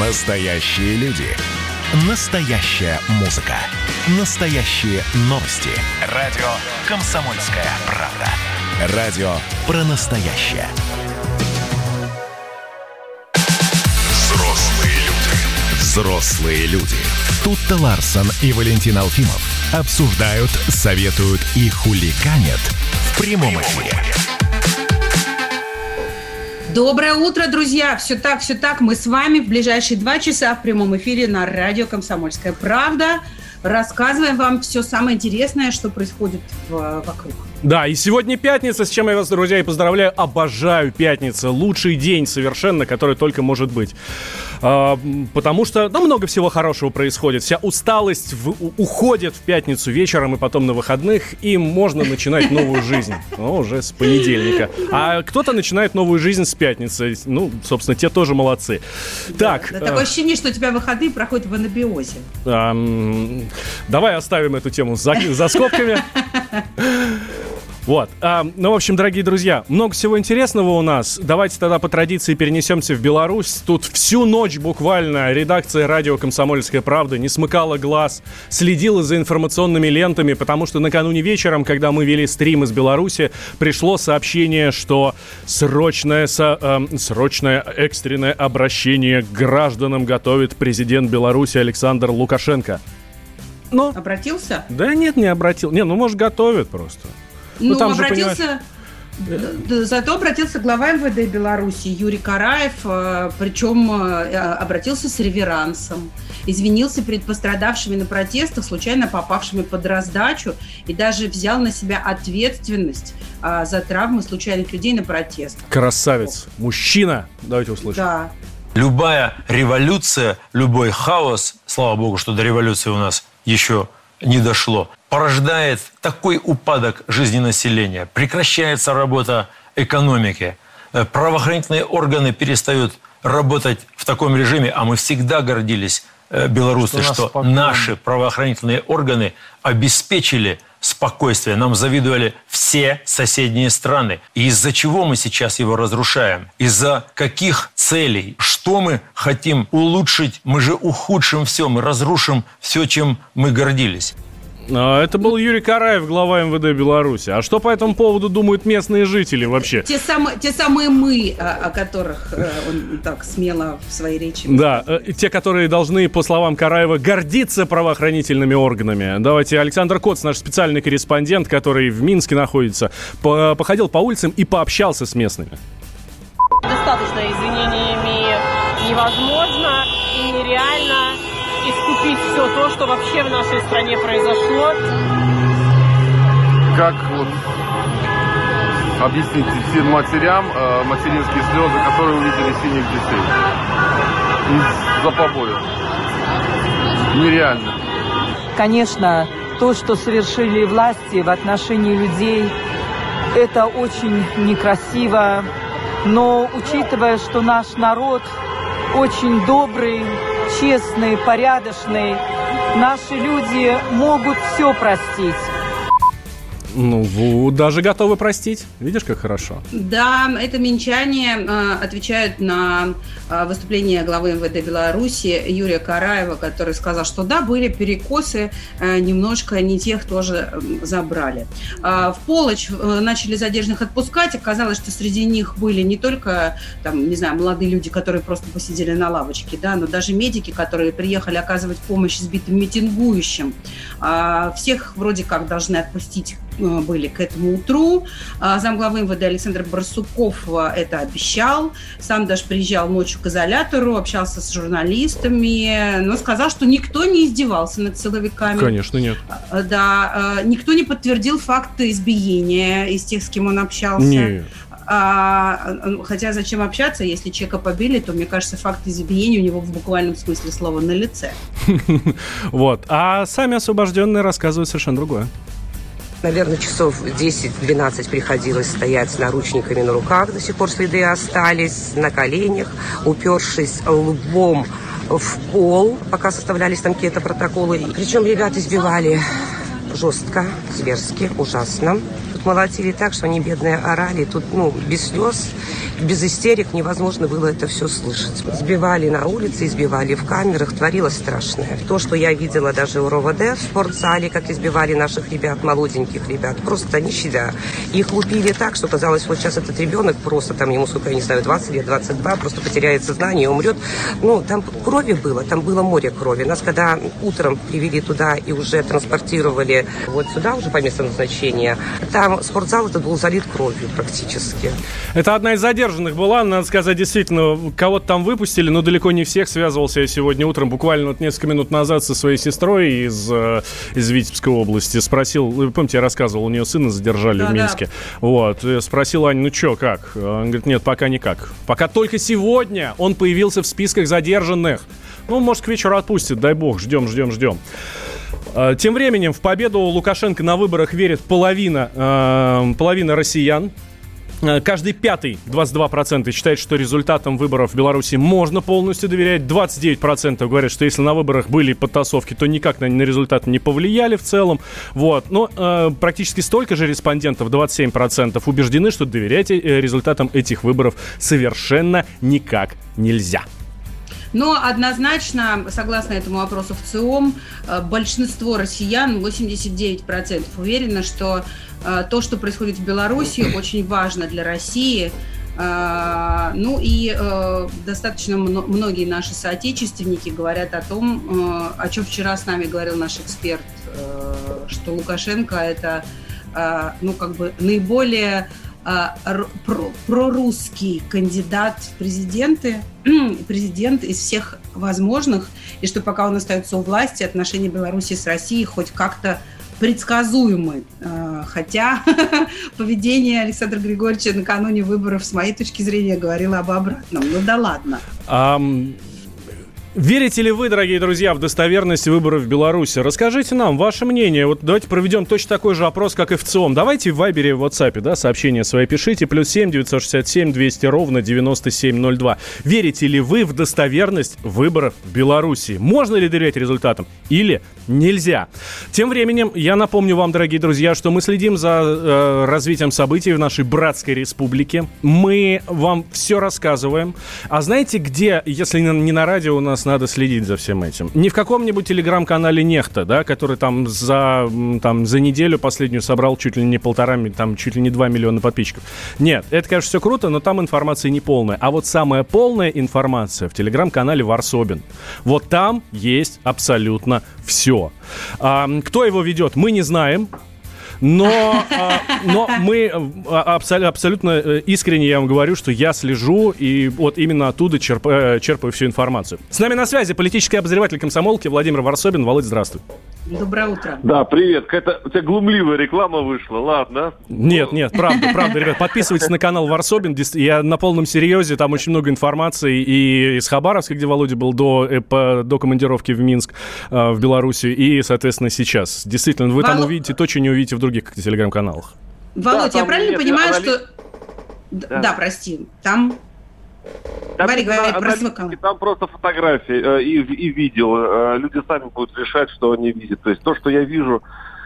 Настоящие люди. Настоящая музыка. Настоящие новости. Радио «Комсомольская правда». Радио про настоящее. Взрослые люди. Тут-то Ларсон и Валентин Алфимов обсуждают, советуют и хулиганят в прямом эфире. Доброе утро, друзья! Все так. Мы с вами в ближайшие 2 часа в прямом эфире на радио «Комсомольская правда». Рассказываем вам все самое интересное, что происходит вокруг. Да, и сегодня пятница, с чем я вас, друзья, и поздравляю. Обожаю пятницу. Лучший день совершенно, который только может быть. Потому что много всего хорошего происходит. Вся усталость уходит в пятницу вечером и потом на выходных, и можно начинать новую жизнь. Уже с понедельника. А кто-то начинает новую жизнь с пятницы. Собственно, те тоже молодцы. Так. Такое ощущение, что у тебя выходные проходят в анабиозе. Давай оставим эту тему за скобками. Вот. В общем, дорогие друзья, много всего интересного у нас. Давайте тогда по традиции перенесемся в Беларусь. Тут всю ночь буквально редакция радио «Комсомольская правда» не смыкала глаз, следила за информационными лентами, потому что накануне вечером, когда мы вели стрим из Беларуси, пришло сообщение, что срочное экстренное обращение к гражданам готовит президент Беларуси Александр Лукашенко. Обратился? Да нет, не обратил. Может, готовит просто. Там обратился. Зато обратился глава МВД Беларуси Юрий Караев, причем обратился с реверансом. Извинился перед пострадавшими на протестах, случайно попавшими под раздачу, и даже взял на себя ответственность за травмы случайных людей на протестах. Красавец. Мужчина. Давайте услышим. Да. Любая революция, любой хаос, слава богу, что до революции у нас еще не дошло, порождает такой упадок жизни населения. Прекращается работа экономики. Правоохранительные органы перестают работать в таком режиме, а мы всегда гордились, белорусы, что наши правоохранительные органы обеспечили спокойствие. Нам завидовали все соседние страны. И из-за чего мы сейчас его разрушаем? Из-за каких целей? Что мы хотим улучшить? Мы же ухудшим все, мы разрушим все, чем мы гордились. Это был Юрий Караев, глава МВД Беларуси. А что по этому поводу думают местные жители вообще? Те самые мы, о которых он так смело в своей речи. Да, те, которые должны, по словам Караева, гордиться правоохранительными органами. Давайте Александр Коц, наш специальный корреспондент, который в Минске находится, походил по улицам и пообщался с местными. Достаточно извинениями невозможно и нереально искупить все то, что вообще в нашей стране произошло. Как объяснить всем матерям материнские слезы, которые увидели синих детей из-за побоев? Нереально. Конечно, то, что совершили власти в отношении людей, это очень некрасиво. Но учитывая, что наш народ очень добрый, честный, порядочный, наши люди могут все простить. Даже готовы простить. Видишь, как хорошо? Да, это минчане отвечают на выступление главы МВД Беларуси Юрия Караева, который сказал, что да, были перекосы, немножко не тех тоже забрали. В полночь начали задержанных отпускать. Оказалось, что среди них были не только, молодые люди, которые просто посидели на лавочке, но даже медики, которые приехали оказывать помощь избитым митингующим. Всех вроде как должны отпустить были к этому утру. Замглавы МВД Александр Барсуков это обещал. Сам даже приезжал ночью к изолятору, общался с журналистами, но сказал, что никто не издевался над силовиками. Конечно, нет. Да, никто не подтвердил факты избиения из тех, с кем он общался. Нет. Хотя зачем общаться, если человека побили, то, мне кажется, факт избиения у него в буквальном смысле слова на лице. Вот. А сами освобожденные рассказывают совершенно другое. Наверное, часов 10-12 приходилось стоять с наручниками на руках, до сих пор следы остались, на коленях, упершись лбом в пол, пока составлялись там какие-то протоколы. Причем ребят избивали жестко, зверски, ужасно. Тут молотили так, что они, бедные, орали. Тут, без слез, без истерик невозможно было это все слышать. Сбивали на улице, избивали в камерах, творилось страшное. То, что я видела даже у РОВД в спортзале, как избивали наших ребят, молоденьких ребят, просто не щадя. Их лупили так, что казалось, вот сейчас этот ребенок просто, там ему, сколько, я не знаю, 20 лет, 22, просто потеряет сознание и умрет. Там крови было, там было море крови. Нас когда утром привели туда и уже транспортировали вот сюда, уже по месту назначения, там спортзал этот был залит кровью практически. Это одна из задержанных была, надо сказать, действительно, кого-то там выпустили, но далеко не всех. Связывался я сегодня утром, буквально вот несколько минут назад, со своей сестрой из Витебской области. Спросил, вы помните, я рассказывал, у нее сына задержали в Минске. Вот, спросил Ань, как? Он говорит, нет, пока никак. Пока только сегодня он появился в списках задержанных. Может, к вечеру отпустят, дай бог, ждем. Тем временем в победу Лукашенко на выборах верит половина россиян. Каждый пятый, 22%, считает, что результатам выборов в Беларуси можно полностью доверять. 29% говорят, что если на выборах были подтасовки, то никак на результат не повлияли в целом. Вот. Но практически столько же респондентов, 27%, убеждены, что доверять результатам этих выборов совершенно никак нельзя. Но однозначно, согласно этому опросу в ЦИОМ, большинство россиян, 89%, уверено, что то, что происходит в Беларуси, очень важно для России. Достаточно многие наши соотечественники говорят о том, о чем вчера с нами говорил наш эксперт, что Лукашенко – это наиболее прорусский кандидат в президент из всех возможных, и что пока он остается у власти, отношения Беларуси с Россией хоть как-то предсказуемы. Хотя поведение Александра Григорьевича накануне выборов, с моей точки зрения, говорило об обратном. Да ладно. Верите ли вы, дорогие друзья, в достоверность выборов в Беларуси? Расскажите нам ваше мнение. Вот давайте проведем точно такой же опрос, как и в ЦИОМ. Давайте в Вайбере и в WhatsApp, сообщения свои пишите. +7 967 200 9702. Верите ли вы в достоверность выборов в Беларуси? Можно ли доверять результатам или нельзя? Тем временем я напомню вам, дорогие друзья, что мы следим за развитием событий в нашей братской республике. Мы вам все рассказываем. А знаете, где, если не на радио, у нас надо следить за всем этим? Не в каком-нибудь телеграм-канале «Нехта», который там за неделю последнюю собрал чуть ли не 1,5, чуть ли не 2 миллиона подписчиков. Нет, это, конечно, все круто, но там информация не полная. А вот самая полная информация в телеграм-канале «Варсобин». Вот там есть абсолютно все. Кто его ведет, мы не знаем. Но мы абсолютно искренне, я вам говорю, что я слежу и вот именно оттуда черпаю всю информацию. С нами на связи политический обозреватель комсомолки Владимир Варсобин. Володь, здравствуй. Доброе утро. Да, привет. Какая-то у тебя глумливая реклама вышла, ладно? Нет, правда, ребят, подписывайтесь на канал Варсобин. Я на полном серьезе, там очень много информации и из Хабаровска, где Володя был до командировки в Минск, в Белоруссию, и, соответственно, сейчас. Действительно, вы там увидите то, что не увидите в других телеграм-каналах. Володь, я правильно понимаю, что... Да, прости, там... Говори, про свой канал. Там просто фотографии и видео. Люди сами будут решать, что они видят. То есть то, что я вижу,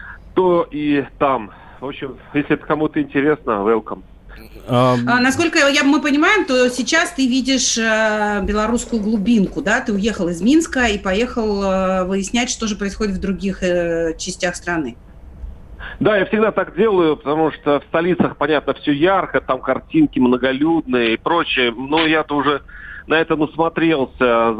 то и там. В общем, если это кому-то интересно, welcome. Насколько мы понимаем, то сейчас ты видишь белорусскую глубинку, да? Ты уехал из Минска и поехал выяснять, что же происходит в других частях страны. Да, я всегда так делаю, потому что в столицах, понятно, все ярко, там картинки многолюдные и прочее. Но я-то уже на это насмотрелся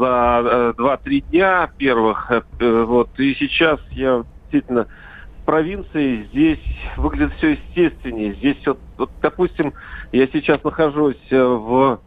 за 2-3 дня первых. Вот. И сейчас я действительно в провинции, здесь выглядит все естественнее. Здесь все, вот, допустим, я сейчас нахожусь в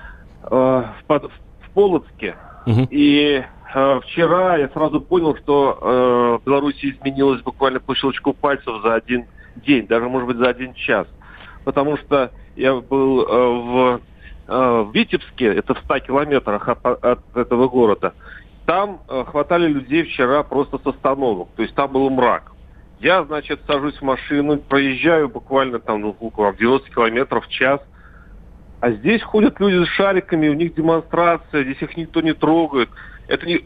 Полоцке, и вчера я сразу понял, что в Беларуси изменилось буквально по щелчку пальцев за один день, даже, может быть, за 1 час. Потому что я был в Витебске, это в 100 километрах от этого города. Там хватали людей вчера просто с остановок, то есть там был мрак. Я, значит, сажусь в машину, проезжаю буквально там около 90 километров в час. А здесь ходят люди с шариками, у них демонстрация, здесь их никто не трогает. Это не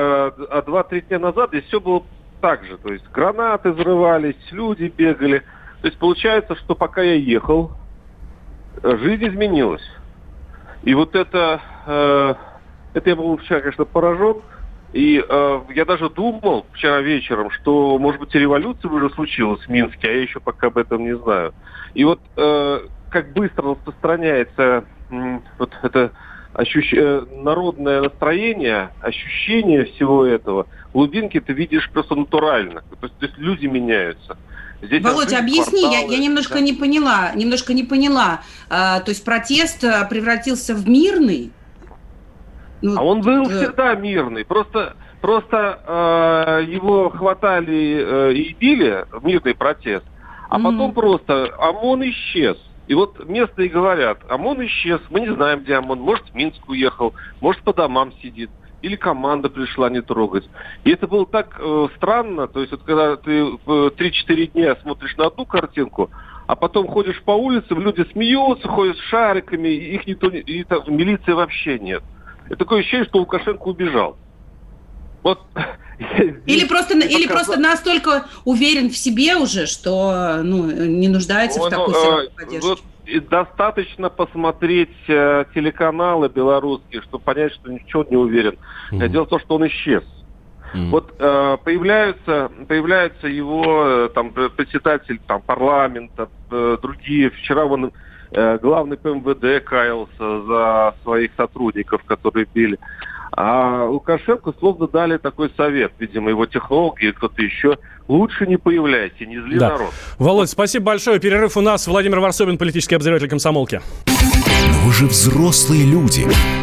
2-3 дня назад здесь все было так же. То есть гранаты взрывались, люди бегали. То есть получается, что пока я ехал, жизнь изменилась. И вот это я был вчера, конечно, поражен. И я даже думал вчера вечером, что, может быть, и революция уже случилась в Минске, а я еще пока об этом не знаю. И вот как быстро распространяется вот это народное настроение, ощущение всего этого, глубинки ты видишь просто натурально. То есть люди меняются. Здесь Володя, объясни, я немножко не поняла. То есть протест превратился в мирный? А он был всегда мирный. Просто его хватали и били в мирный протест, а потом просто ОМОН исчез. И вот местные говорят, ОМОН исчез, мы не знаем, где ОМОН. Может, в Минск уехал, может, по домам сидит. Или команда пришла не трогать. И это было так странно. То есть, вот, когда ты 3-4 дня смотришь на одну картинку, а потом ходишь по улицам, люди смеются, ходят с шариками, их никто не... И там милиции вообще нет. И такое ощущение, что Лукашенко убежал. Вот. Или просто настолько уверен в себе уже, что не нуждается в такой силовой поддержке. Вот, достаточно посмотреть телеканалы белорусские, чтобы понять, что ничего не уверен. Дело в том, что он исчез. Вот появляются его там председатель парламента, другие. Вчера он главный по МВД каялся за своих сотрудников, которые били. А Лукашенко словно дали такой совет, видимо, его технологи и кто-то еще: лучше не появляйте, не зли народ. Володь, спасибо большое. Перерыв у нас. Владимир Варсобин, политический обозреватель «Комсомолки». Но вы же взрослые люди.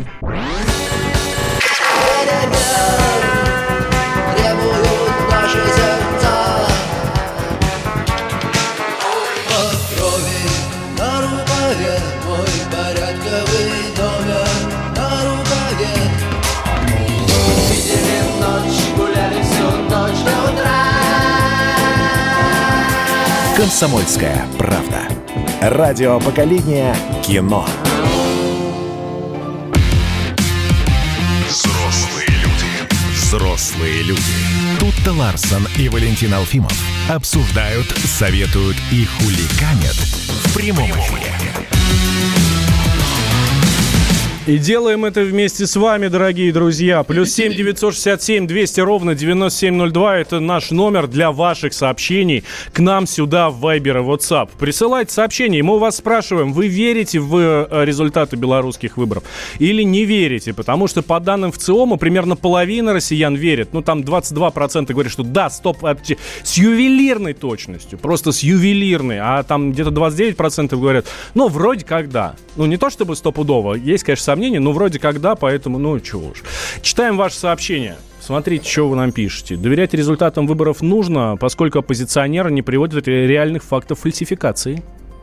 «Комсомольская правда». Радио поколения кино. Взрослые люди. Тут-то Ларсон и Валентин Алфимов обсуждают, советуют и хулиганят в прямом эфире. И делаем это вместе с вами, дорогие друзья. +7 967 200 ровно 9702. Это наш номер для ваших сообщений к нам сюда в Viber и WhatsApp. Присылайте сообщения, и мы у вас спрашиваем, вы верите в результаты белорусских выборов или не верите? Потому что по данным ВЦИОМа примерно половина россиян верит. Там 22% говорят, что да, стоп, с ювелирной точностью, просто с ювелирной. А там где-то 29% говорят, вроде как да. Не то чтобы стопудово, есть, конечно, сомнения, но вроде как да, поэтому, чего уж. Читаем ваши сообщения. Смотрите, что вы нам пишете. Доверять результатам выборов нужно, поскольку оппозиционеры не приводят реальных фактов фальсификации.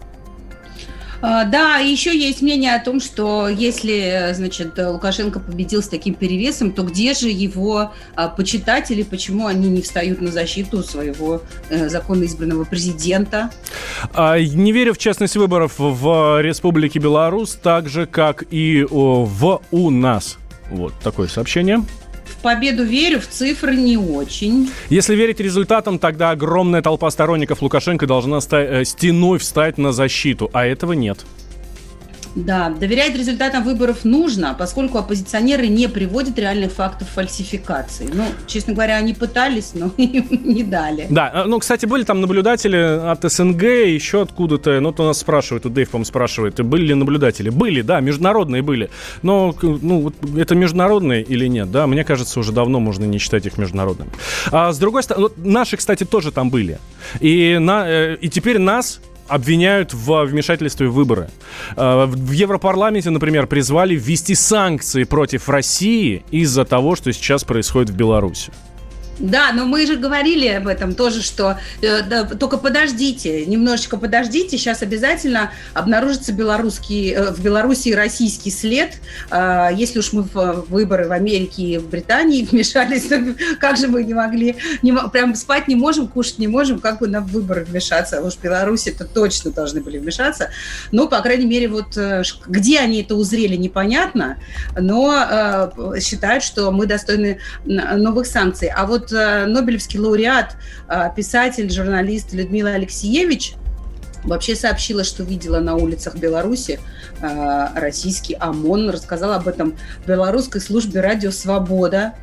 Да, и еще есть мнение о том, что если, Лукашенко победил с таким перевесом, то где же его почитатели, почему они не встают на защиту своего законно избранного президента? Не верю в честность выборов в Республике Беларусь, так же, как и у нас. Вот такое сообщение. В победу верю, в цифры не очень. Если верить результатам, тогда огромная толпа сторонников Лукашенко должна стеной встать на защиту, а этого нет. Да, доверять результатам выборов нужно, поскольку оппозиционеры не приводят реальных фактов фальсификации. Честно говоря, они пытались, но им не дали. Да, кстати, были там наблюдатели от СНГ, еще откуда-то. У нас спрашивают, Дэйв, по-моему, спрашивает, были ли наблюдатели? Были, да, международные были. Но, это международные или нет, да? Мне кажется, уже давно можно не считать их международными. А с другой стороны, наши, кстати, тоже там были. И теперь нас обвиняют в вмешательстве в выборы. В Европарламенте, например, призвали ввести санкции против России из-за того, что сейчас происходит в Беларуси. Да, но мы же говорили об этом тоже, что только подождите, немножечко подождите, сейчас обязательно обнаружится в Беларуси российский след. Если уж мы в выборы в Америке и в Британии вмешались, то как же мы не могли, прям спать не можем, кушать не можем, как бы нам в выборы вмешаться? Уж в Беларуси-то точно должны были вмешаться. Но, по крайней мере, где они это узрели, непонятно, но считают, что мы достойны новых санкций. А вот нобелевский лауреат, писатель, журналист Людмила Алексеевич вообще сообщила, что видела на улицах Беларуси российский ОМОН. Рассказала об этом в белорусской службе «Радио Свобода».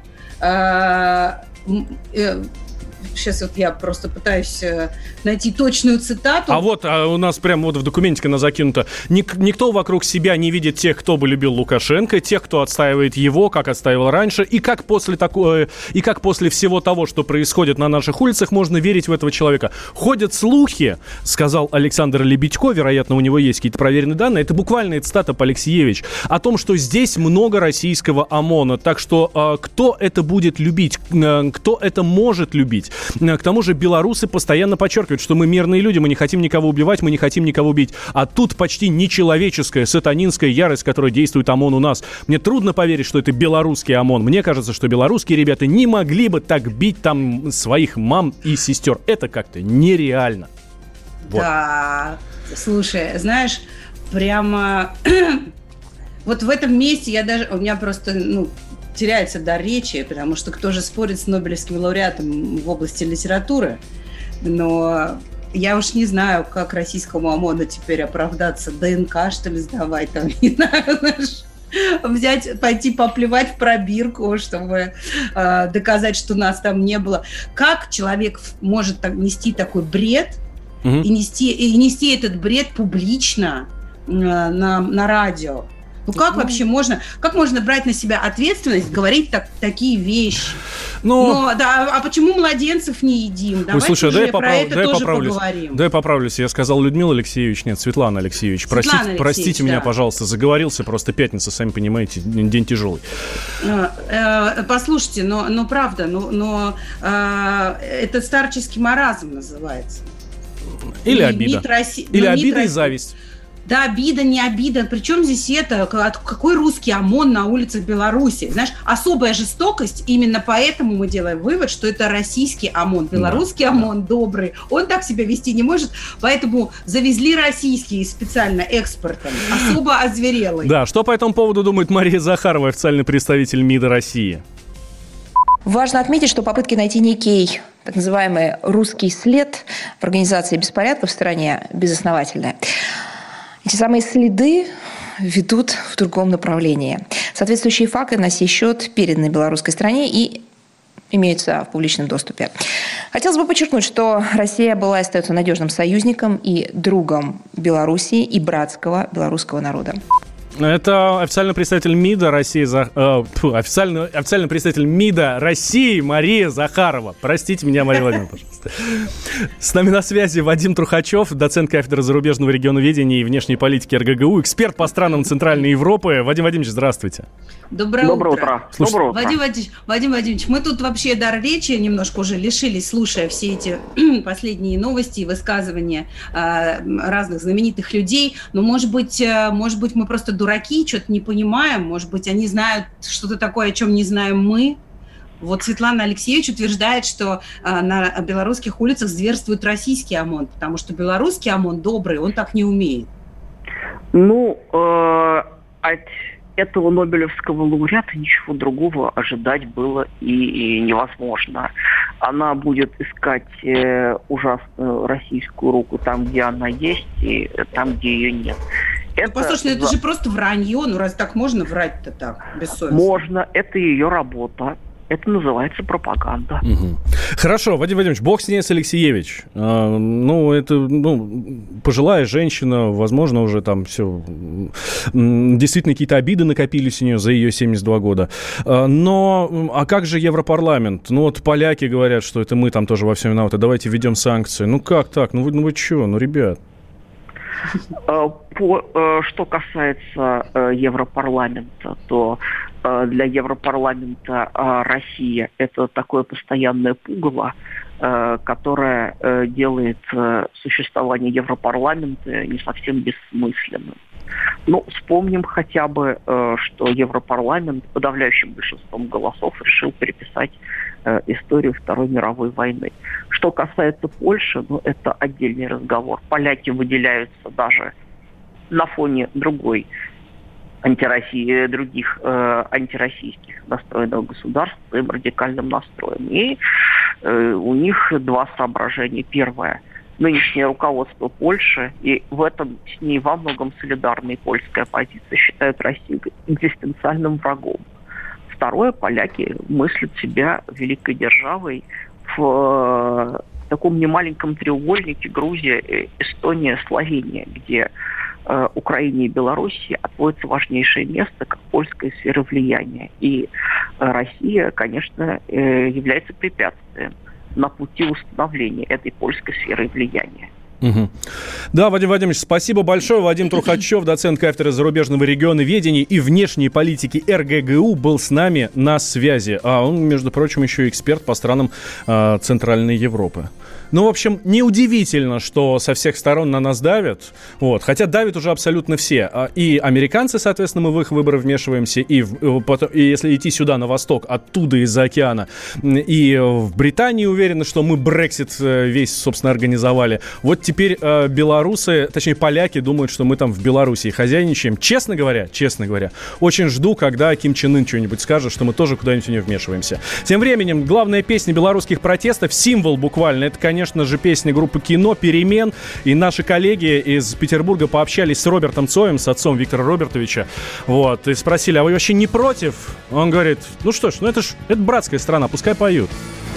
Сейчас вот я просто пытаюсь найти точную цитату. А вот у нас прямо вот в документике она закинута. Никто вокруг себя не видит тех, кто бы любил Лукашенко, тех, кто отстаивает его, как отстаивал раньше, и как после всего того, что происходит на наших улицах, можно верить в этого человека. Ходят слухи, сказал Александр Лебедько, вероятно, у него есть какие-то проверенные данные, это буквальная цитата Алексеевич, о том, что здесь много российского ОМОНа, так что кто это будет любить, кто это может любить. К тому же белорусы постоянно подчеркивают, что мы мирные люди, мы не хотим никого убивать, мы не хотим никого бить. А тут почти нечеловеческая, сатанинская ярость, которая действует ОМОН у нас. Мне трудно поверить, что это белорусский ОМОН. Мне кажется, что белорусские ребята не могли бы так бить там своих мам и сестер. Это как-то нереально. Вот. Да, слушай, знаешь, прямо вот в этом месте у меня просто, теряется дар речи, потому что кто же спорит с Нобелевским лауреатом в области литературы, но я уж не знаю, как российскому ОМОНу теперь оправдаться, ДНК, что ли, сдавать, там, не знаю, взять, пойти поплевать в пробирку, чтобы доказать, что нас там не было. Как человек может нести такой бред и нести этот бред публично на радио? Как вообще можно брать на себя ответственность, говорить такие вещи? А почему младенцев не едим? Давайте слушай, уже про это тоже поговорим. Да, я поправлюсь. Я сказал Людмила Алексеевич, нет, Светлана Алексеевич. Простите меня, пожалуйста, заговорился. Просто пятница, сами понимаете, день тяжелый. Послушайте, но правда, это старческий маразм называется. Или обида. Или обида и зависть. Да, обида, не обида. Причем здесь это? Какой русский ОМОН на улицах Беларуси? Знаешь, особая жестокость. Именно поэтому мы делаем вывод, что это российский ОМОН. Белорусский ОМОН добрый. Он так себя вести не может. Поэтому завезли российский специально экспортом. Особо озверелый. Да, что по этому поводу думает Мария Захарова, официальный представитель МИДа России? Важно отметить, что попытки найти некий так называемый русский след в организации беспорядков в стране безосновательны. Эти самые следы ведут в другом направлении. Соответствующие факты на сей счет переданы белорусской стране и имеются в публичном доступе. Хотелось бы подчеркнуть, что Россия была и остается надежным союзником и другом Белоруссии и братского белорусского народа. Это официальный представитель МИДа России, официальный представитель МИДа России Мария Захарова. Простите меня, Мария Владимировна, пожалуйста. С нами на связи Вадим Трухачев, доцент кафедры зарубежного регионоведения и внешней политики РГГУ, эксперт по странам Центральной Европы. Вадим Вадимович, здравствуйте. Доброе утро. Вадим Вадимович, мы тут вообще дар речи немножко уже лишились, слушая все эти последние новости и высказывания разных знаменитых людей. Но, может быть, мы просто дураки, что-то не понимаем. Может быть, они знают что-то такое, о чем не знаем мы. Вот Светлана Алексеевич утверждает, что на белорусских улицах зверствует российский ОМОН, потому что белорусский ОМОН добрый, он так не умеет. От этого Нобелевского лауреата ничего другого ожидать было и невозможно. Она будет искать ужасную российскую руку там, где она есть, и там, где ее нет. Послушай, это же просто вранье. Разве так можно врать-то так, бессовестно? Можно, это ее работа. Это называется пропаганда. Угу. Хорошо, Вадим Вадимович, бог с ней, с Алексеевич. Пожилая женщина, возможно, уже там все... Действительно, какие-то обиды накопились у нее за ее 72 года. А как же Европарламент? Поляки говорят, что это мы там тоже во всем виноваты. Давайте введем санкции. Как так? Вы что? Ребят. Что касается Европарламента, то для Европарламента Россия – это такое постоянное пугало, которое делает существование Европарламента не совсем бессмысленным. Вспомним хотя бы, что Европарламент подавляющим большинством голосов решил переписать историю Второй мировой войны. Что касается Польши, это отдельный разговор. Поляки выделяются даже на фоне других антироссийских настроенных государств своим радикальным настроем. И у них два соображения. Первое. нынешнее руководство Польши, и в этом с ней во многом солидарна и польская оппозиция, считают Россию экзистенциальным врагом. Второе, поляки мыслят себя великой державой в таком немаленьком треугольнике Грузия, Эстония, Словения, где Украине и Белоруссии отводится важнейшее место как польская сфера влияния. И Россия, конечно, является препятствием на пути установления этой польской сферы влияния. Угу. Да, Вадим Вадимович, спасибо большое. Вадим Трухачев, доцент кафедры зарубежного регионоведения и внешней политики РГГУ, был с нами на связи. А он, между прочим, еще эксперт по странам Центральной Европы. Ну, в общем, неудивительно, что со всех сторон на нас давят. Вот. Хотя давят уже абсолютно все. И американцы, соответственно, мы в их выборы вмешиваемся. И если идти сюда, на восток, оттуда, из-за океана. И в Британии уверены, что мы Брексит весь, собственно, организовали. Вот теперь белорусы, точнее, поляки думают, что мы там в Белоруссии хозяйничаем. Честно говоря, очень жду, когда Ким Чен Ын что-нибудь скажет, что мы тоже куда-нибудь в нее вмешиваемся. Тем временем, главная песня белорусских протестов, символ буквально, это, конечно же, песня группы «Кино», «Перемен». И наши коллеги из Петербурга пообщались с Робертом Цоем, с отцом Виктора Робертовича. Вот, и спросили, а вы вообще не против? Он говорит, ну что ж, это братская страна, пускай поют.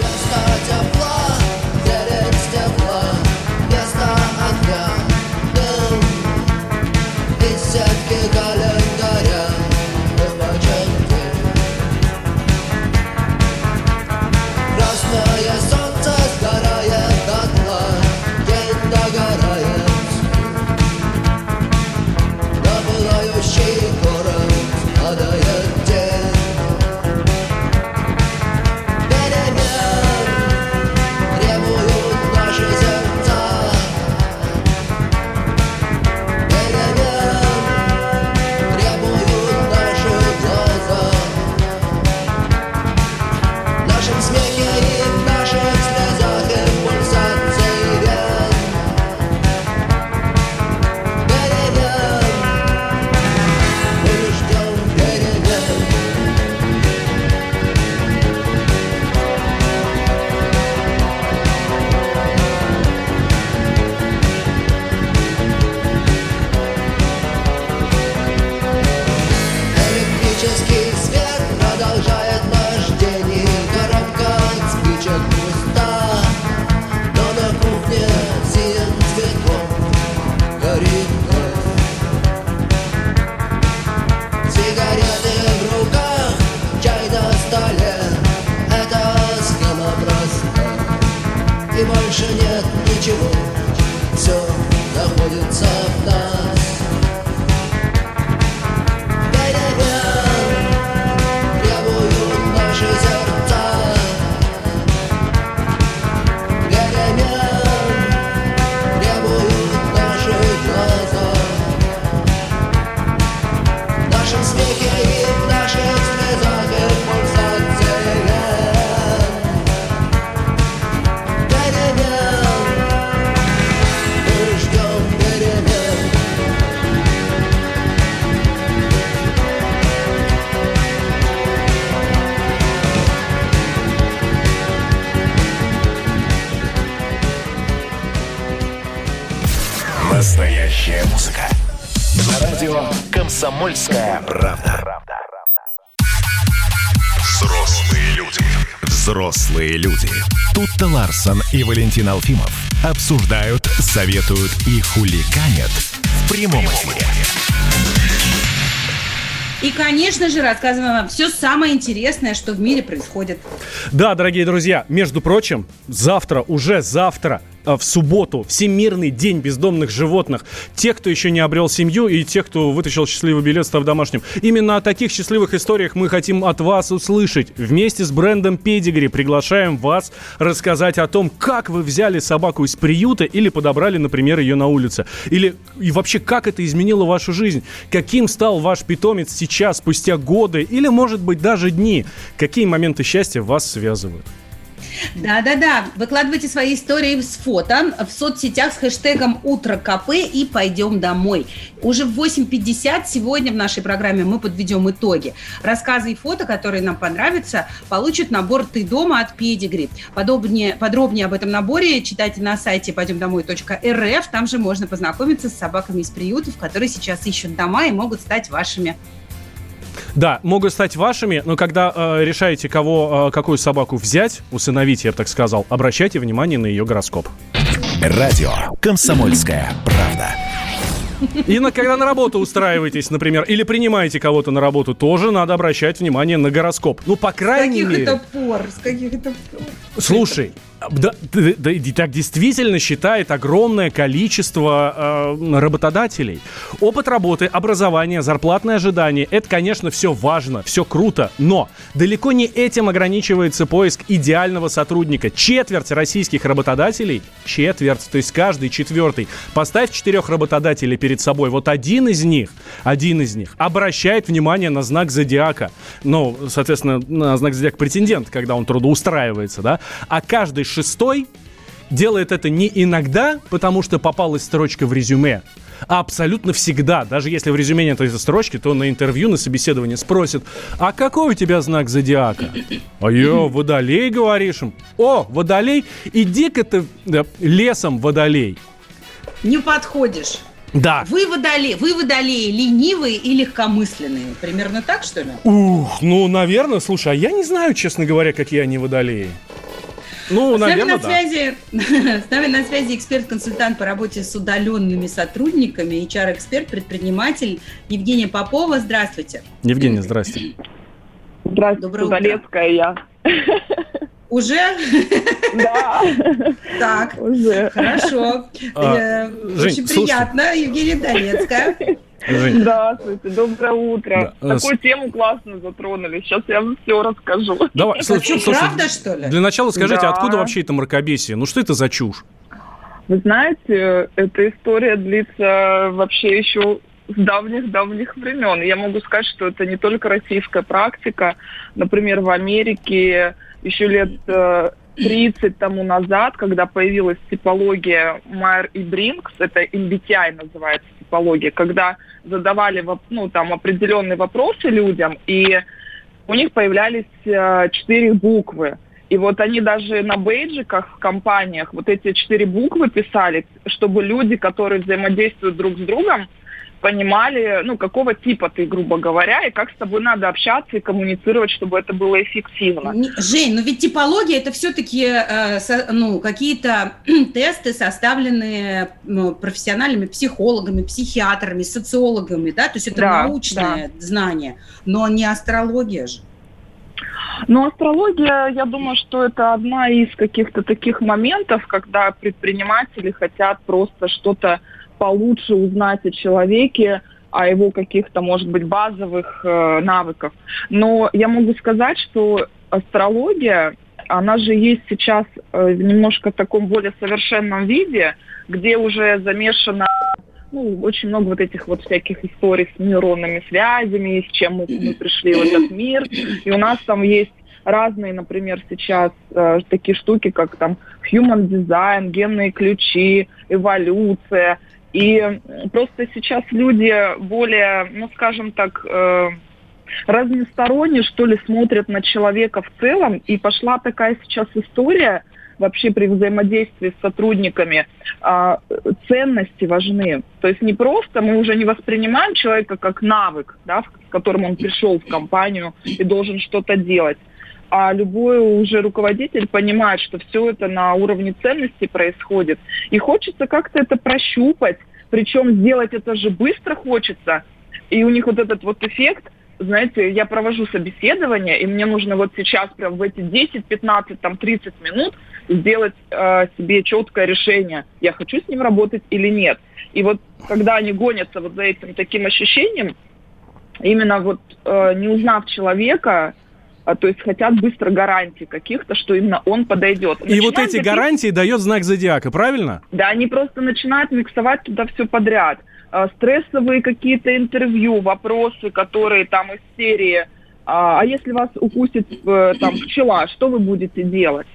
Настоящая музыка. На радио «Комсомольская правда». Взрослые люди. Тут-то Ларсон и Валентин Алфимов обсуждают, советуют и хулиганят в прямом эфире. И, конечно же, рассказываем вам все самое интересное, что в мире происходит. Да, дорогие друзья, между прочим, уже завтра, в субботу, Всемирный день бездомных животных. Тех, кто еще не обрел семью, и тех, кто вытащил счастливый билет, став домашним. Именно о таких счастливых историях мы хотим от вас услышать. Вместе с брендом Pedigree приглашаем вас рассказать о том, как вы взяли собаку из приюта или подобрали, например, ее на улице. И вообще, как это изменило вашу жизнь. Каким стал ваш питомец сейчас, спустя годы, или, может быть, даже дни. Какие моменты счастья вас связывают. Да-да-да, выкладывайте свои истории с фото в соцсетях с хэштегом «Утро КП» и «Пойдем домой». Уже в 8:50 сегодня в нашей программе мы подведем итоги. Рассказы и фото, которые нам понравятся, получат набор «Ты дома» от Педигри. Подробнее об этом наборе читайте на сайте пойдемдомой.рф. Там же можно познакомиться с собаками из приютов, которые сейчас ищут дома и могут стать вашими. Да, могут стать вашими, но когда решаете, какую собаку взять, усыновить, я бы так сказал, обращайте внимание на ее гороскоп. Радио «Комсомольская правда». И когда на работу устраиваетесь, например, или принимаете кого-то на работу, тоже надо обращать внимание на гороскоп. Ну, по крайней мере... С каких это пор? Слушай, да, так действительно считает огромное количество работодателей. Опыт работы, образование, зарплатные ожидания – это, конечно, все важно, все круто, но далеко не этим ограничивается поиск идеального сотрудника. Четверть российских работодателей, то есть каждый четвертый, поставь 4 работодателей перед собой, вот один из них обращает внимание на знак зодиака. Ну, соответственно, на знак зодиака претендент, когда он трудоустраивается, да, а каждый 6-й делает это не иногда, потому что попалась строчка в резюме, а абсолютно всегда. Даже если в резюме нет этой строчки, то на интервью, на собеседовании спросят: а какой у тебя знак зодиака? А я водолей, говоришь им. О, водолей, иди-ка ты лесом, водолей. Не подходишь. Да. Вы водолеи ленивые и легкомысленные. Примерно так, что ли? Ну, наверное. Слушай, а я не знаю, честно говоря, какие они водолеи. Ну, наверное, да. С нами на связи эксперт-консультант по работе с удаленными сотрудниками, HR-эксперт, предприниматель Евгения Попова. Здравствуйте. Евгения, здрасте. Здравствуйте, Удалецкая я. Уже? Да. Так, уже. Хорошо. Очень приятно, Евгения Долецкая. Жень. Здравствуйте, доброе утро. Да. Такую тему классно затронули. Сейчас я вам все расскажу. Давай, слушай, правда, что ли? Для начала скажите, откуда вообще это мракобесие? Ну что это за чушь? Вы знаете, эта история длится вообще еще с давних-давних времен. Я могу сказать, что это не только российская практика. Например, в Америке еще лет 30 тому назад, когда появилась типология Майер и Бринкс, это MBTI называется типология, когда задавали определенные вопросы людям, и у них появлялись 4 буквы. И вот они даже на бейджиках в компаниях вот эти 4 буквы писали, чтобы люди, которые взаимодействуют друг с другом, понимали, какого типа ты, грубо говоря, и как с тобой надо общаться и коммуницировать, чтобы это было эффективно. Жень, но ведь типология – это все-таки какие-то тесты, составленные профессиональными психологами, психиатрами, социологами, да? То есть это научное знание, но не астрология же. Но астрология, я думаю, что это одна из каких-то таких моментов, когда предприниматели хотят просто что-то получше узнать о человеке, о его каких-то, может быть, базовых навыках. Но я могу сказать, что астрология, она же есть сейчас в немножко таком более совершенном виде, где уже замешано очень много вот этих вот всяких историй с нейронными связями, с чем мы пришли в этот мир. И у нас там есть разные, например, сейчас такие штуки, как там human design, генные ключи, эволюция. И просто сейчас люди более, скажем так, разносторонне, что ли, смотрят на человека в целом. И пошла такая сейчас история вообще при взаимодействии с сотрудниками. Ценности важны. То есть не просто мы уже не воспринимаем человека как навык, да, с которым он пришел в компанию и должен что-то делать. А любой уже руководитель понимает, что все это на уровне ценностей происходит. И хочется как-то это прощупать, причем сделать это же быстро хочется. И у них вот этот вот эффект, знаете, я провожу собеседование, и мне нужно вот сейчас прям в эти 10, 15, 30 минут сделать себе четкое решение, я хочу с ним работать или нет. И вот когда они гонятся вот за этим таким ощущением, именно вот не узнав человека, то есть хотят быстро гарантий каких-то, что именно он подойдет. И вот эти гарантии дает знак зодиака, правильно? Да, они просто начинают миксовать туда все подряд. Стрессовые какие-то интервью, вопросы, которые там из серии «А если вас укусит пчела, что вы будете делать?»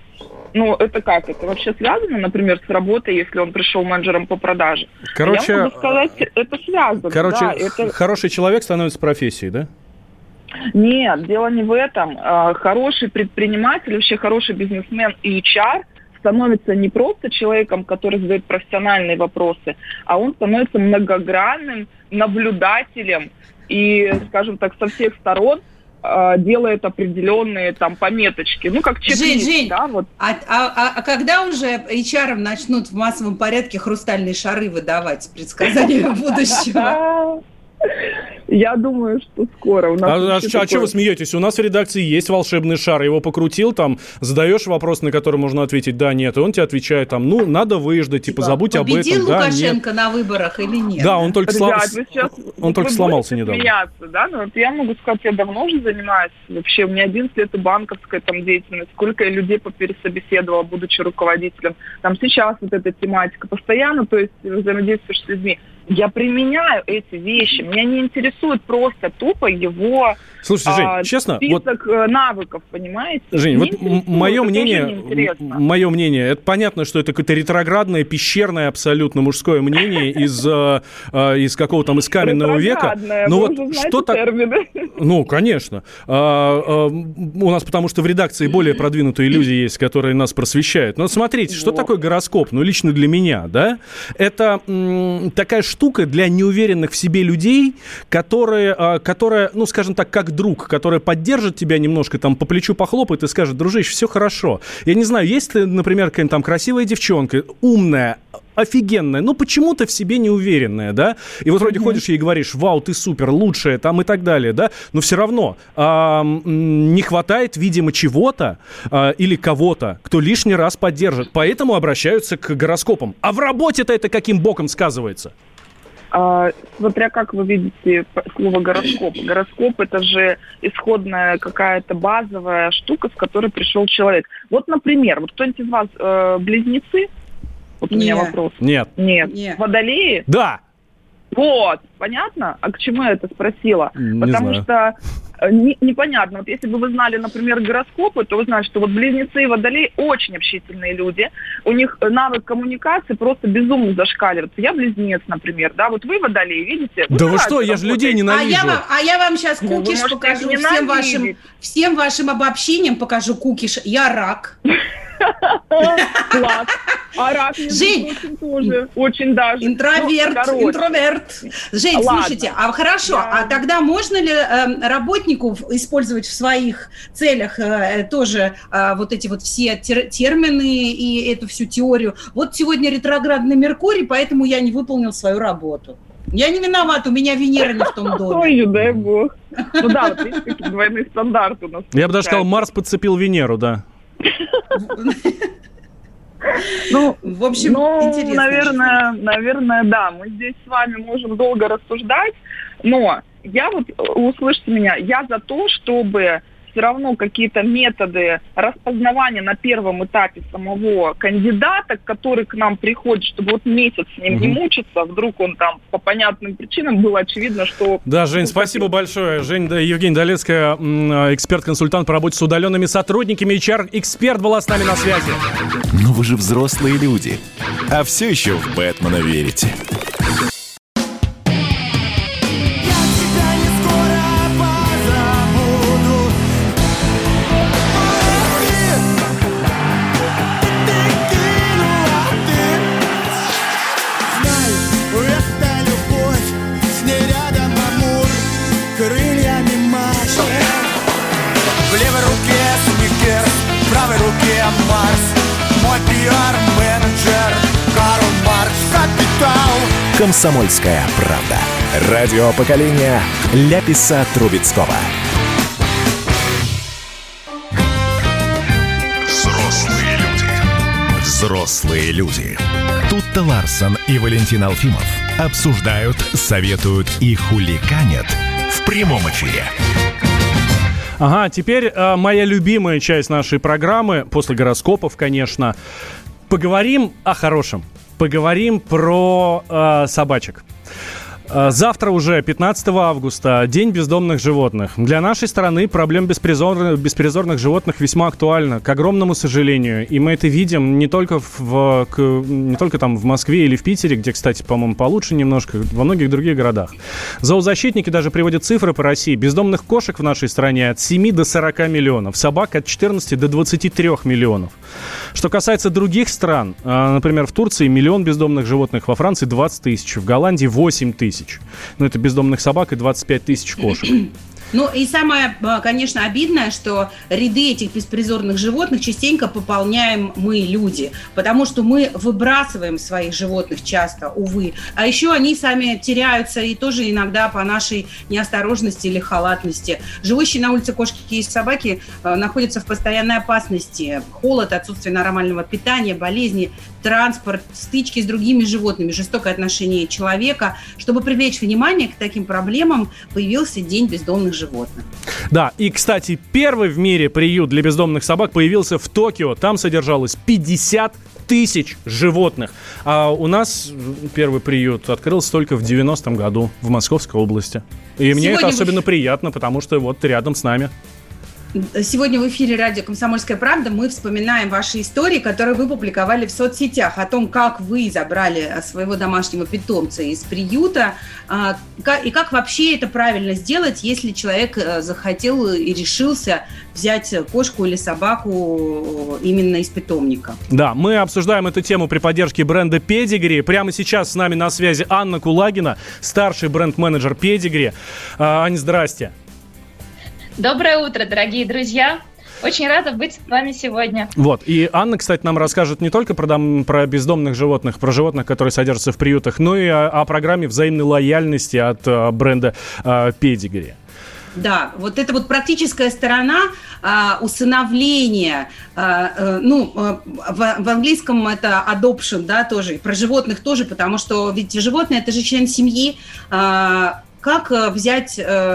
Ну, это как? Это вообще связано, например, с работой, если он пришел менеджером по продаже? Короче, я могу сказать, это связано. Короче, да, это... хороший человек становится профессией, да? Нет, дело не в этом. Хороший предприниматель, вообще хороший бизнесмен и HR становится не просто человеком, который задает профессиональные вопросы, а он становится многогранным наблюдателем и, скажем так, со всех сторон делает определенные там пометочки, ну как чек-лист, Жень, да, вот. А когда уже HR начнут в массовом порядке хрустальные шары выдавать с предсказаниями будущего? Я думаю, что скоро. У нас А что вы смеетесь? У нас в редакции есть волшебный шар. Его покрутил, там, задаешь вопрос, на который можно ответить да, нет. И он тебе отвечает, там, ну, надо выждать, типа, забудь об этом. Победил да, Лукашенко нет. на выборах или нет? Да, он только, он только сломался недавно. Смеяться, да? Но вот я могу сказать, я давно уже занимаюсь. Вообще, у меня 11 лет и банковская там деятельность. Сколько я людей попересобеседовала, будучи руководителем. Там сейчас вот эта тематика постоянно, то есть взаимодействуешь с людьми. Я применяю эти вещи. Меня не интересует просто тупо его Слушайте, Жень, честно, список навыков, понимаете? Жень, вот мое мнение, это понятно, что это какое-то ретроградное, пещерное абсолютно мужское мнение из какого-то там из каменного века. Но вот что так? Ну, конечно. У нас потому что в редакции более продвинутые люди есть, которые нас просвещают. Но смотрите, что такое гороскоп? Ну, лично для меня, да? Это такая штука для неуверенных в себе людей, которая, ну, скажем так, как друг, который поддержит тебя немножко, там, по плечу похлопает и скажет: дружище, все хорошо. Я не знаю, есть ли, например, какая-нибудь там красивая девчонка, умная, офигенная, но почему-то в себе неуверенная, да, и вот вроде ходишь ей и говоришь: вау, ты супер, лучшая, там, и так далее, да, но все равно не хватает, видимо, чего-то или кого-то, кто лишний раз поддержит, поэтому обращаются к гороскопам. А в работе-то это каким боком сказывается? Смотря как вы видите слово гороскоп. Гороскоп — это же исходная какая-то базовая штука, с которой пришел человек. Вот, например, вот кто-нибудь из вас близнецы? Вот у меня вопрос. Нет. Водолеи? Да. Вот, понятно? А к чему я это спросила? Потому что непонятно. Вот если бы вы знали, например, гороскопы, то вы знаете, что вот близнецы и водолеи очень общительные люди. У них навык коммуникации просто безумно зашкаливает. Я близнец, например, да? Вот вы водолеи, видите? Да вы что, я же людей ненавижу. А я вам сейчас кукиш покажу. Всем вашим обобщением покажу кукиш. Я рак. Класс. А рак, Жень, тоже очень даже. Интроверт. Жень, Ладно. Слушайте, а хорошо, а тогда можно ли работнику использовать в своих целях тоже вот эти вот все термины и эту всю теорию? Вот сегодня ретроградный Меркурий, поэтому я не выполнил свою работу. Я не виноват, у меня Венера не в том доме. Ой, дай бог. Ну да, вот видите, какие двойные стандарты у нас. Я бы даже сказал, Марс подцепил Венеру, да. Ну, в общем, интересно. Наверное, да. Мы здесь с вами можем долго рассуждать, но я вот, услышьте меня, я за то, чтобы все равно какие-то методы распознавания на первом этапе самого кандидата, который к нам приходит, чтобы вот месяц с ним не мучиться, вдруг он там по понятным причинам, было очевидно, что... Да, Жень, спасибо большое. Евгения Долецкая, эксперт-консультант по работе с удаленными сотрудниками, HR-эксперт была с нами на связи. Ну вы же взрослые люди, а все еще в Бэтмена верите. «Комсомольская правда». Радио поколения Ляписа Трубецкого. Взрослые люди. Взрослые люди. Тут-то Ларсон и Валентин Алфимов обсуждают, советуют и хулиганят в прямом эфире. Ага, теперь моя любимая часть нашей программы, после гороскопов, конечно. Поговорим о хорошем. Поговорим про собачек. Завтра уже, 15 августа, День бездомных животных. Для нашей страны проблема беспризорных животных весьма актуальна, к огромному сожалению. И мы это видим не только там в Москве или в Питере, где, кстати, по-моему, получше немножко, во многих других городах. Зоозащитники даже приводят цифры по России. Бездомных кошек в нашей стране от 7 до 40 миллионов, собак от 14 до 23 миллионов. Что касается других стран, например, в Турции 1 миллион бездомных животных, во Франции 20 тысяч, в Голландии 8 тысяч. Ну, это бездомных собак и 25 тысяч кошек. Ну и самое, конечно, обидное, что ряды этих беспризорных животных частенько пополняем мы, люди, потому что мы выбрасываем своих животных часто, увы. А еще они сами теряются и тоже иногда по нашей неосторожности или халатности. Живущие на улице кошки и собаки находятся в постоянной опасности. Холод, отсутствие нормального питания, болезни, транспорт, стычки с другими животными, жестокое отношение человека. Чтобы привлечь внимание к таким проблемам, появился День бездомных животных. Да, и, кстати, первый в мире приют для бездомных собак появился в Токио. Там содержалось 50 тысяч животных. А у нас первый приют открылся только в 90-м году в Московской области. И мне это особенно приятно, потому что вот рядом с нами. Сегодня в эфире радио «Комсомольская правда» мы вспоминаем ваши истории, которые вы публиковали в соцсетях, о том, как вы забрали своего домашнего питомца из приюта, и как вообще это правильно сделать, если человек захотел и решился взять кошку или собаку именно из питомника. Да, мы обсуждаем эту тему при поддержке бренда Pedigree. Прямо сейчас с нами на связи Анна Кулагина, старший бренд-менеджер Pedigree. Ань, здрасте. Доброе утро, дорогие друзья. Очень рада быть с вами сегодня. Вот, и Анна, кстати, нам расскажет не только про бездомных животных, про животных, которые содержатся в приютах, но и о программе взаимной лояльности от бренда Pedigree. Да, вот это вот практическая сторона усыновления, в английском это adoption, да, тоже, и про животных тоже, потому что ведь животное – это же член семьи. Как взять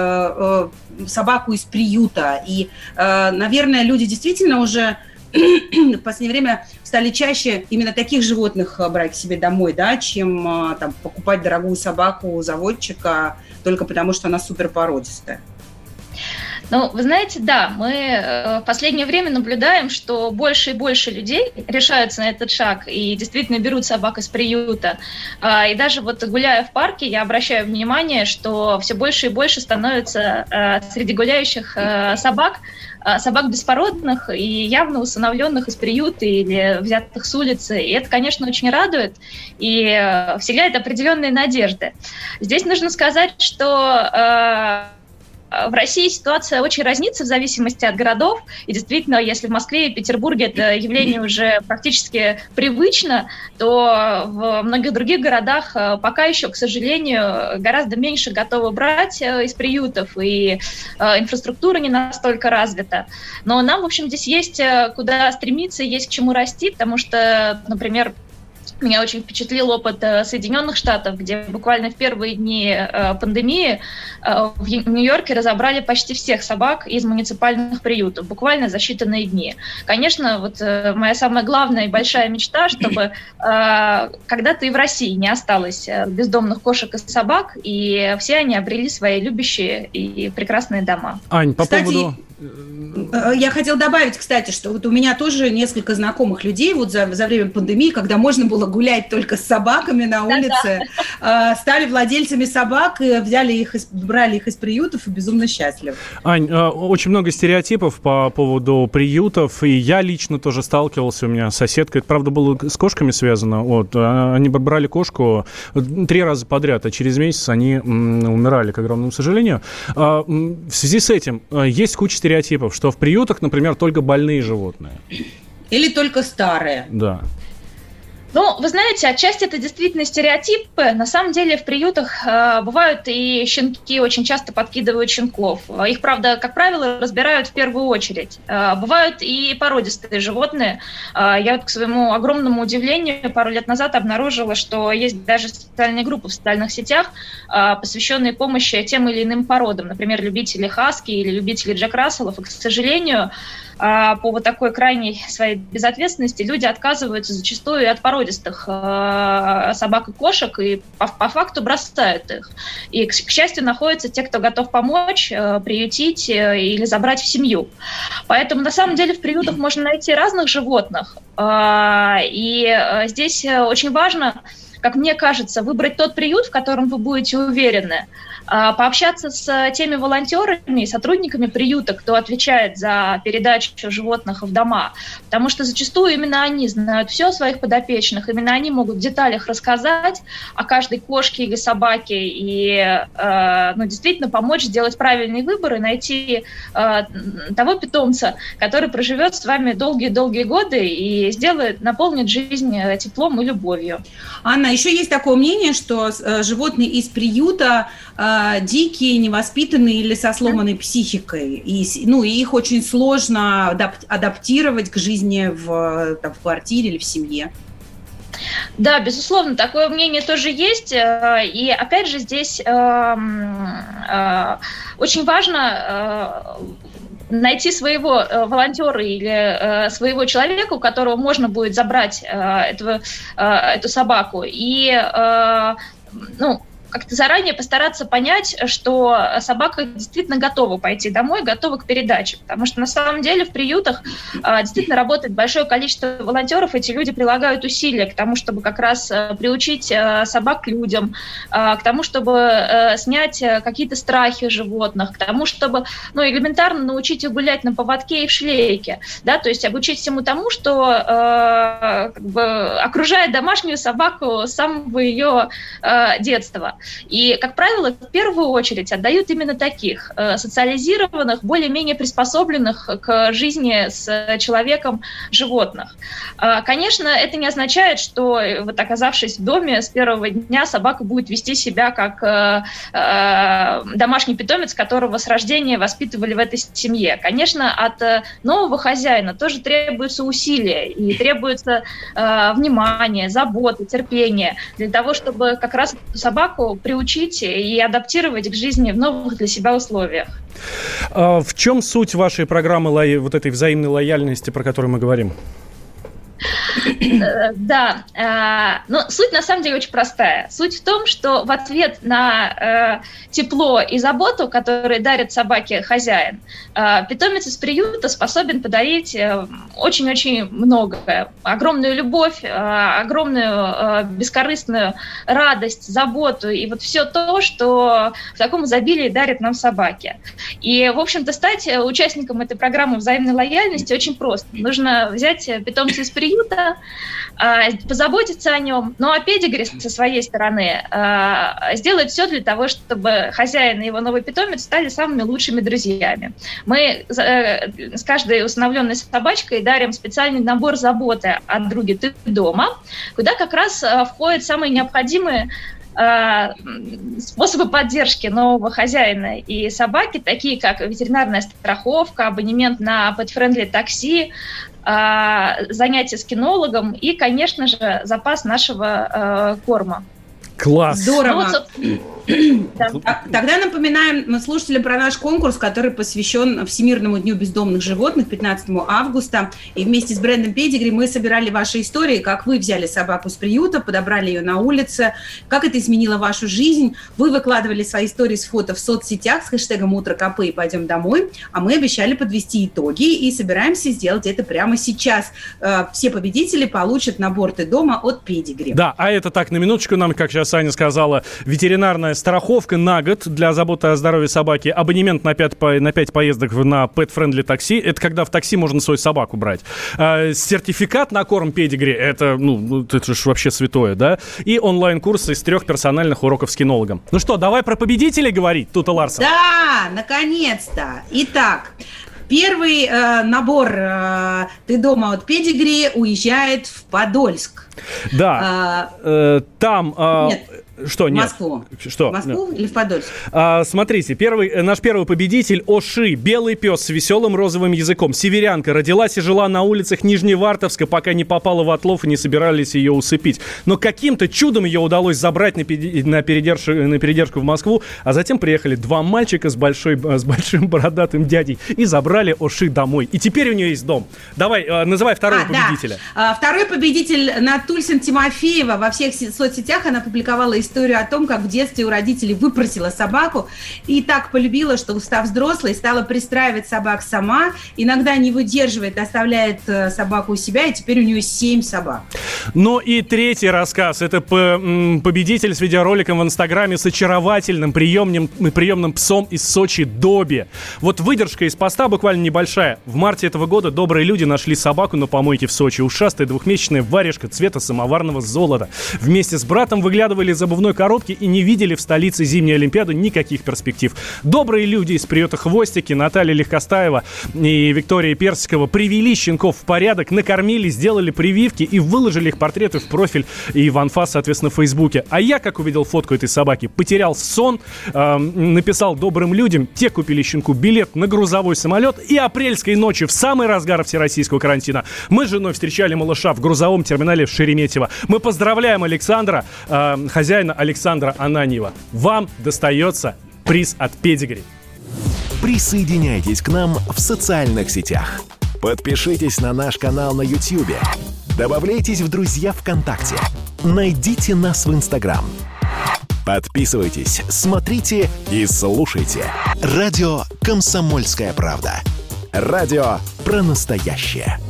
собаку из приюта? И, наверное, люди действительно уже в последнее время стали чаще именно таких животных брать к себе домой, да, чем там, покупать дорогую собаку у заводчика только потому, что она суперпородистая. Ну, вы знаете, да, мы в последнее время наблюдаем, что больше и больше людей решаются на этот шаг и действительно берут собак из приюта. И даже вот гуляя в парке, я обращаю внимание, что все больше и больше становится среди гуляющих собак беспородных и явно усыновленных из приюта или взятых с улицы. И это, конечно, очень радует и вселяет определенные надежды. Здесь нужно сказать, что в России ситуация очень разнится в зависимости от городов. И действительно, если в Москве и Петербурге это явление уже практически привычно, то в многих других городах пока еще, к сожалению, гораздо меньше готовы брать из приютов, и инфраструктура не настолько развита. Но нам, в общем, здесь есть куда стремиться, есть к чему расти, потому что, например, меня очень впечатлил опыт Соединенных Штатов, где буквально в первые дни пандемии в Нью-Йорке разобрали почти всех собак из муниципальных приютов, буквально за считанные дни. Конечно, вот моя самая главная и большая мечта, чтобы когда-то и в России не осталось бездомных кошек и собак, и все они обрели свои любящие и прекрасные дома. Ань, по поводу... Я хотела добавить, кстати, что вот у меня тоже несколько знакомых людей вот за время пандемии, когда можно было гулять только с собаками на улице, стали владельцами собак, и брали их из приютов и безумно счастливы. Ань, очень много стереотипов по поводу приютов, и я лично тоже сталкивался, у меня соседка, это, правда, было с кошками связано, вот, они брали кошку 3 раза подряд, а через месяц они умирали, к огромному сожалению. В связи с этим есть куча стереотипов, что в приютах, например, только больные животные. Или только старые. Да. Ну, вы знаете, отчасти это действительно стереотипы. На самом деле в приютах бывают и щенки, очень часто подкидывают щенков. Их, правда, как правило, разбирают в первую очередь. Бывают и породистые животные. Я вот, к своему огромному удивлению, пару лет назад обнаружила, что есть даже специальные группы в социальных сетях, посвященные помощи тем или иным породам. Например, любители хаски или любители Джек Расселов. И, к сожалению, по вот такой крайней своей безответственности люди отказываются зачастую от породистых собак и кошек и по факту бросают их. И, к счастью, находятся те, кто готов помочь, приютить или забрать в семью. Поэтому, на самом деле, в приютах можно найти разных животных. И здесь очень важно, как мне кажется, выбрать тот приют, в котором вы будете уверены, пообщаться с теми волонтерами и сотрудниками приюта, кто отвечает за передачу животных в дома, потому что зачастую именно они знают все о своих подопечных, именно они могут в деталях рассказать о каждой кошке или собаке и действительно помочь сделать правильный выбор и найти того питомца, который проживет с вами долгие-долгие годы и наполнит жизнь теплом и любовью. Анна, еще есть такое мнение, что животные из приюта дикие, невоспитанные или со сломанной психикой. И их очень сложно адаптировать к жизни в квартире или в семье. Да, безусловно, такое мнение тоже есть. И опять же здесь очень важно найти своего волонтера или своего человека, у которого можно будет забрать эту собаку. И как-то заранее постараться понять, что собака действительно готова пойти домой, готова к передаче. Потому что на самом деле в приютах действительно работает большое количество волонтеров. Эти люди прилагают усилия к тому, чтобы как раз приучить собак к людям, к тому, чтобы снять какие-то страхи животных, к тому, чтобы элементарно научить их гулять на поводке и в шлейке. Да? То есть обучить всему тому, что окружает домашнюю собаку с самого ее детства. И, как правило, в первую очередь отдают именно таких, социализированных, более-менее приспособленных к жизни с человеком животных. Конечно, это не означает, что, оказавшись в доме, с первого дня собака будет вести себя как домашний питомец, которого с рождения воспитывали в этой семье. Конечно, от нового хозяина тоже требуются усилия и требуется внимание, забота, терпение для того, чтобы как раз эту собаку приучить и адаптировать к жизни в новых для себя условиях. В чем суть вашей программы вот этой взаимной лояльности, про которую мы говорим? Да, но суть на самом деле очень простая. Суть в том, что в ответ на тепло и заботу, которые дарит собаке хозяин, питомец из приюта способен подарить очень-очень многое. Огромную любовь, огромную бескорыстную радость, заботу и все то, что в таком изобилии дарят нам собаки. И, в общем-то, стать участником этой программы взаимной лояльности очень просто. Нужно взять питомца из приюта, позаботиться о нем, а педигри со своей стороны сделать все для того, чтобы хозяин и его новый питомец стали самыми лучшими друзьями. Мы с каждой усыновленной собачкой дарим специальный набор заботы о друге «Ты дома», куда как раз входят самые необходимые способы поддержки нового хозяина и собаки, такие как ветеринарная страховка, абонемент на pet-friendly такси, занятия с кинологом и, конечно же, запас нашего корма. Класс! Здорово! Тогда напоминаем слушателям про наш конкурс, который посвящен Всемирному дню бездомных животных 15 августа. И вместе с брендом Pedigree мы собирали ваши истории, как вы взяли собаку с приюта, подобрали ее на улице, как это изменило вашу жизнь. Вы выкладывали свои истории с фото в соцсетях с хэштегом «Утро КП» и «Пойдем домой», а мы обещали подвести итоги и собираемся сделать это прямо сейчас. Все победители получат набор «Ты дома» от Pedigree. Да, а это так, на минуточку нам, как сейчас Аня сказала, ветеринарная страховка на год для заботы о здоровье собаки, абонемент на 5 поездок на pet-friendly такси, это когда в такси можно свою собаку брать. Сертификат на корм Pedigree, это же вообще святое, да? И онлайн-курсы из 3 персональных уроков с кинологом. Ну что, давай про победителей говорить, Тута Ларсон. Да, наконец-то. Итак, первый набор «Ты дома» от Pedigree уезжает в Подольск. Да, там... Нет. Что, нет? Москву. Что? В Москву или в Подольск? Смотрите, наш первый победитель Оши, белый пес с веселым розовым языком. Северянка, родилась и жила на улицах Нижневартовска, пока не попала в отлов и не собирались ее усыпить. Но каким-то чудом ее удалось забрать на передержку в Москву, а затем приехали два мальчика с большим бородатым дядей и забрали Оши домой. И теперь у нее есть дом. Давай, называй второго победителя. Да. Второй победитель Натульсин Тимофеева. Во всех соцсетях она публиковала историю о том, как в детстве у родителей выпросила собаку и так полюбила, что, став взрослой, стала пристраивать собак сама. Иногда не выдерживает, оставляет собаку у себя, и теперь у нее 7 собак. Ну и третий рассказ. Это победитель с видеороликом в Инстаграме с очаровательным приемным псом из Сочи Добби. Вот выдержка из поста буквально небольшая. В марте этого года добрые люди нашли собаку на помойке в Сочи. Ушастая двухмесячная варежка цвета самоварного золота. Вместе с братом выглядывали из обувной коробки и не видели в столице зимней Олимпиады никаких перспектив. Добрые люди из приюта «Хвостики», Наталья Легкостаева и Виктория Персикова привели щенков в порядок, накормили, сделали прививки и выложили их портреты в профиль и в анфас, соответственно, в Фейсбуке. А я, как увидел фотку этой собаки, потерял сон, написал добрым людям, те купили щенку билет на грузовой самолет, и апрельской ночью, в самый разгар всероссийского карантина, мы с женой встречали малыша в грузовом терминале в Шереметьево. Мы поздравляем Александра, хозяина Александра Ананьева. Вам достается приз от Педигри. Присоединяйтесь к нам в социальных сетях. Подпишитесь на наш канал на YouTube. Добавляйтесь в друзья ВКонтакте. Найдите нас в Инстаграм. Подписывайтесь, смотрите и слушайте. Радио «Комсомольская правда». Радио про настоящее.